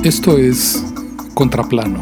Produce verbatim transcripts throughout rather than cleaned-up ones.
Esto es Contraplano.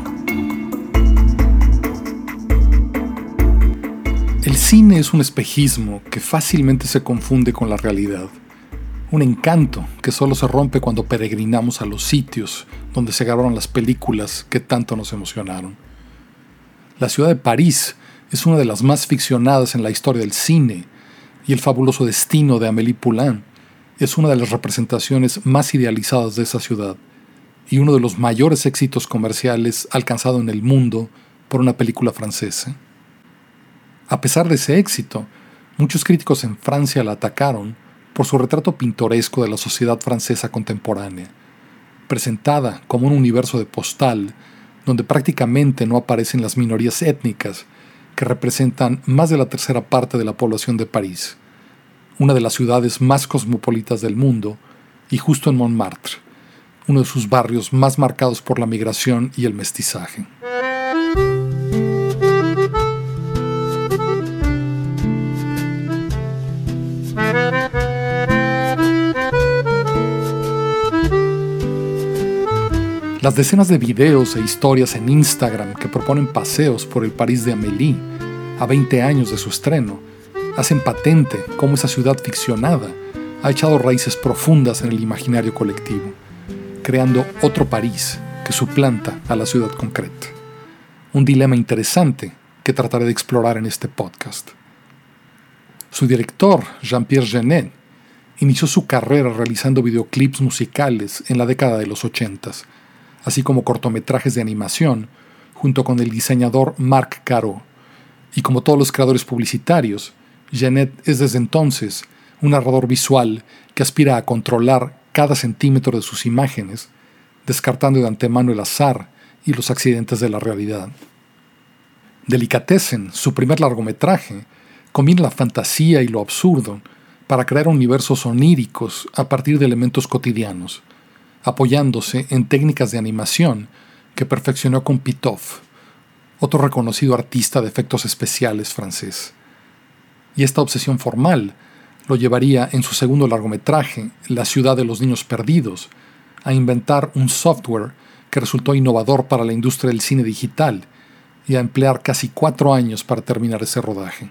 El cine es un espejismo que fácilmente se confunde con la realidad. Un encanto que solo se rompe cuando peregrinamos a los sitios donde se grabaron las películas que tanto nos emocionaron. La ciudad de París es una de las más ficcionadas en la historia del cine, y El fabuloso destino de Amélie Poulain es una de las representaciones más idealizadas de esa ciudad y uno de los mayores éxitos comerciales alcanzado en el mundo por una película francesa. A pesar de ese éxito, muchos críticos en Francia la atacaron por su retrato pintoresco de la sociedad francesa contemporánea, presentada como un universo de postal donde prácticamente no aparecen las minorías étnicas que representan más de la tercera parte de la población de París, una de las ciudades más cosmopolitas del mundo, y justo en Montmartre, uno de sus barrios más marcados por la migración y el mestizaje. Las decenas de videos e historias en Instagram que proponen paseos por el París de Amélie, a veinte años de su estreno, hacen patente cómo esa ciudad ficcionada ha echado raíces profundas en el imaginario colectivo, creando otro París que suplanta a la ciudad concreta. Un dilema interesante que trataré de explorar en este podcast. Su director, Jean-Pierre Jeunet, inició su carrera realizando videoclips musicales en la década de los ochentas, así como cortometrajes de animación, junto con el diseñador Marc Caro. Y como todos los creadores publicitarios, Jeunet es desde entonces un narrador visual que aspira a controlar cada centímetro de sus imágenes, descartando de antemano el azar y los accidentes de la realidad. Delicatessen, su primer largometraje, combina la fantasía y lo absurdo para crear universos oníricos a partir de elementos cotidianos, apoyándose en técnicas de animación que perfeccionó con Pitof, otro reconocido artista de efectos especiales francés. Y esta obsesión formal lo llevaría en su segundo largometraje, La ciudad de los niños perdidos, a inventar un software que resultó innovador para la industria del cine digital y a emplear casi cuatro años para terminar ese rodaje.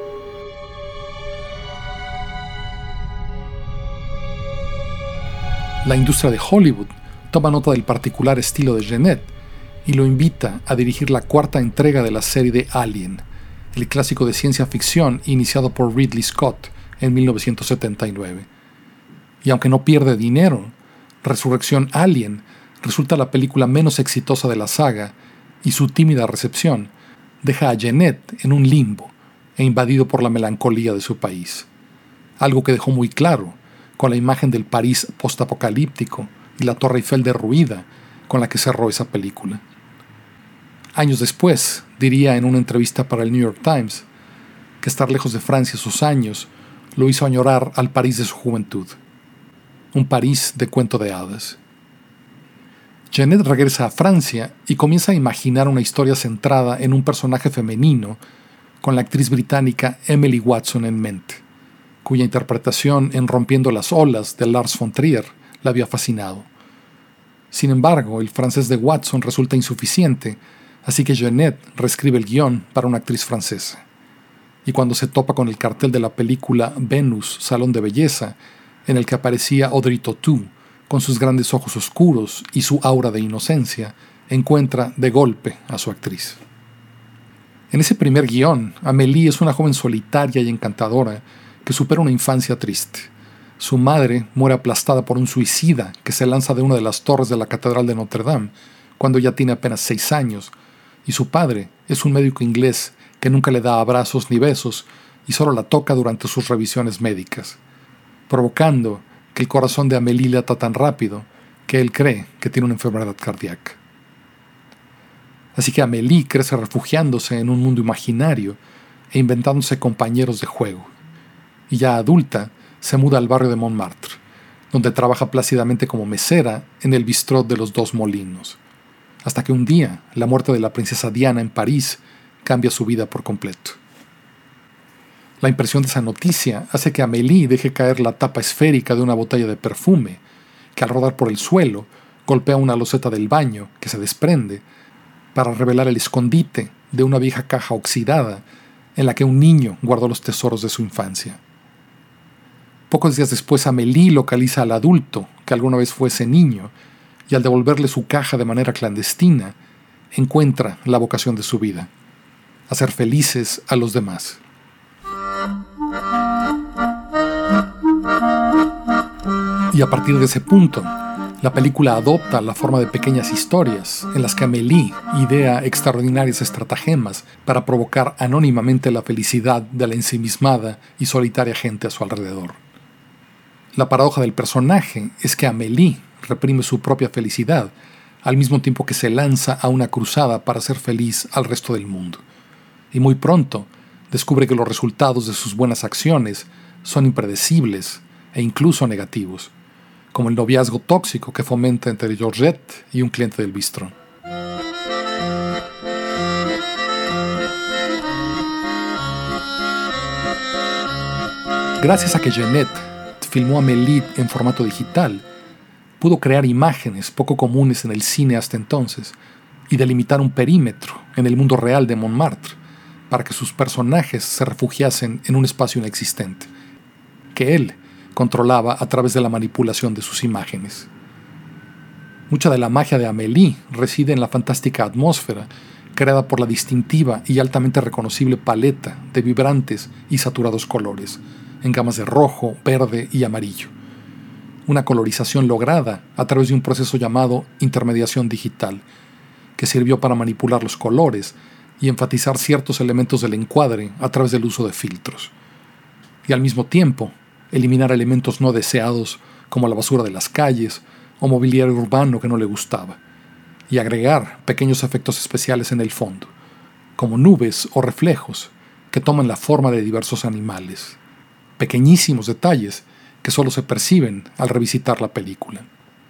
La industria de Hollywood toma nota del particular estilo de Jeunet y lo invita a dirigir la cuarta entrega de la serie de Alien, el clásico de ciencia ficción iniciado por Ridley Scott en mil novecientos setenta y nueve. Y aunque no pierde dinero, Resurrección Alien resulta la película menos exitosa de la saga y su tímida recepción deja a Jeunet en un limbo e invadido por la melancolía de su país, algo que dejó muy claro con la imagen del París postapocalíptico y la Torre Eiffel derruida con la que cerró esa película. Años después, diría en una entrevista para el New York Times que estar lejos de Francia esos años lo hizo añorar al París de su juventud, un París de cuento de hadas. Jeunet regresa a Francia y comienza a imaginar una historia centrada en un personaje femenino con la actriz británica Emily Watson en mente, cuya interpretación en Rompiendo las olas de Lars von Trier la había fascinado. Sin embargo, el francés de Watson resulta insuficiente, así que Jeunet reescribe el guión para una actriz francesa. Y cuando se topa con el cartel de la película Venus, Salón de Belleza, en el que aparecía Audrey Tautou, con sus grandes ojos oscuros y su aura de inocencia, encuentra de golpe a su actriz. En ese primer guión, Amélie es una joven solitaria y encantadora que supera una infancia triste. Su madre muere aplastada por un suicida que se lanza de una de las torres de la Catedral de Notre Dame cuando ella tiene apenas seis años, y su padre es un médico inglés que nunca le da abrazos ni besos y solo la toca durante sus revisiones médicas, provocando que el corazón de Amélie lata tan rápido que él cree que tiene una enfermedad cardíaca. Así que Amélie crece refugiándose en un mundo imaginario e inventándose compañeros de juego. Y ya adulta, se muda al barrio de Montmartre, donde trabaja plácidamente como mesera en el bistrot de los Dos Molinos, hasta que un día la muerte de la princesa Diana en París cambia su vida por completo. La impresión de esa noticia hace que Amélie deje caer la tapa esférica de una botella de perfume, que al rodar por el suelo golpea una loseta del baño, que se desprende, para revelar el escondite de una vieja caja oxidada en la que un niño guardó los tesoros de su infancia. Pocos días después, Amélie localiza al adulto que alguna vez fue ese niño y al devolverle su caja de manera clandestina, encuentra la vocación de su vida: hacer felices a los demás. Y a partir de ese punto, la película adopta la forma de pequeñas historias en las que Amélie idea extraordinarias estratagemas para provocar anónimamente la felicidad de la ensimismada y solitaria gente a su alrededor. La paradoja del personaje es que Amélie reprime su propia felicidad al mismo tiempo que se lanza a una cruzada para hacer feliz al resto del mundo. Y muy pronto descubre que los resultados de sus buenas acciones son impredecibles e incluso negativos, como el noviazgo tóxico que fomenta entre Georgette y un cliente del bistró. Gracias a que Jeanette filmó a Amélie en formato digital, pudo crear imágenes poco comunes en el cine hasta entonces y delimitar un perímetro en el mundo real de Montmartre para que sus personajes se refugiasen en un espacio inexistente, que él controlaba a través de la manipulación de sus imágenes. Mucha de la magia de Amélie reside en la fantástica atmósfera creada por la distintiva y altamente reconocible paleta de vibrantes y saturados colores, en gamas de rojo, verde y amarillo. Una colorización lograda a través de un proceso llamado intermediación digital, que sirvió para manipular los colores y enfatizar ciertos elementos del encuadre a través del uso de filtros. Y al mismo tiempo, eliminar elementos no deseados como la basura de las calles o mobiliario urbano que no le gustaba, y agregar pequeños efectos especiales en el fondo, como nubes o reflejos que toman la forma de diversos animales, pequeñísimos detalles que solo se perciben al revisitar la película.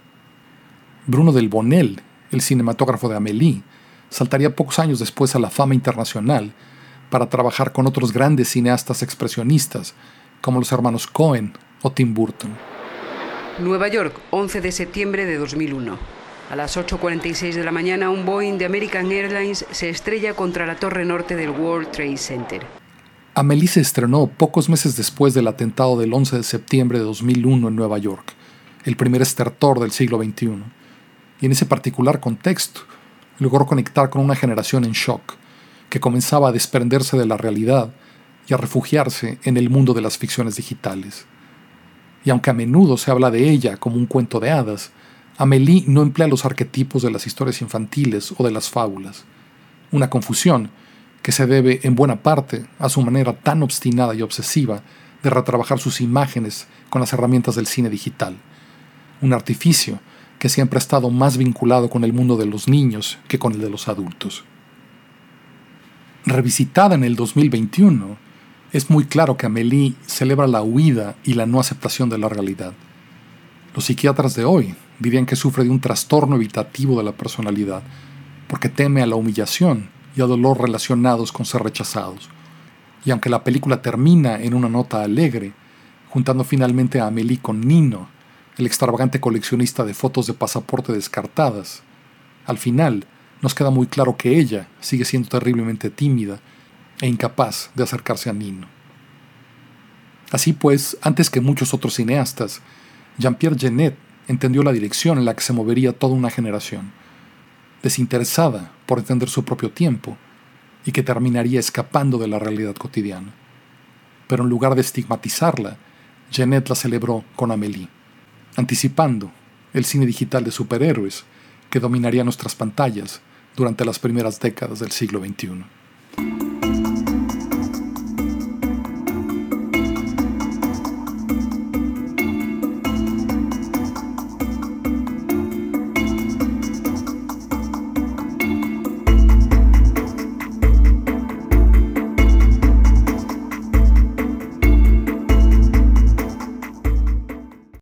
Bruno Del Bonnel, el cinematógrafo de Amélie, saltaría pocos años después a la fama internacional para trabajar con otros grandes cineastas expresionistas como los hermanos Coen o Tim Burton. Nueva York, once de septiembre de dos mil uno. A las ocho cuarenta y seis de la mañana, un Boeing de American Airlines se estrella contra la torre norte del World Trade Center. Amélie se estrenó pocos meses después del atentado del once de septiembre de dos mil uno en Nueva York, el primer estertor del siglo veintiuno. Y en ese particular contexto, logró conectar con una generación en shock, que comenzaba a desprenderse de la realidad y a refugiarse en el mundo de las ficciones digitales. Y aunque a menudo se habla de ella como un cuento de hadas, Amélie no emplea los arquetipos de las historias infantiles o de las fábulas, una confusión que se debe en buena parte a su manera tan obstinada y obsesiva de retrabajar sus imágenes con las herramientas del cine digital, un artificio que siempre ha estado más vinculado con el mundo de los niños que con el de los adultos. Revisitada en el dos mil veintiuno, es muy claro que Amélie celebra la huida y la no aceptación de la realidad. Los psiquiatras de hoy dirían que sufre de un trastorno evitativo de la personalidad, porque teme a la humillación y al dolor relacionados con ser rechazados. Y aunque la película termina en una nota alegre, juntando finalmente a Amélie con Nino, el extravagante coleccionista de fotos de pasaporte descartadas, al final nos queda muy claro que ella sigue siendo terriblemente tímida e incapaz de acercarse a Nino. Así pues, antes que muchos otros cineastas, Jean-Pierre Jeunet entendió la dirección en la que se movería toda una generación, desinteresada por entender su propio tiempo y que terminaría escapando de la realidad cotidiana. Pero en lugar de estigmatizarla, Jeunet la celebró con Amélie, anticipando el cine digital de superhéroes que dominaría nuestras pantallas durante las primeras décadas del siglo veintiuno.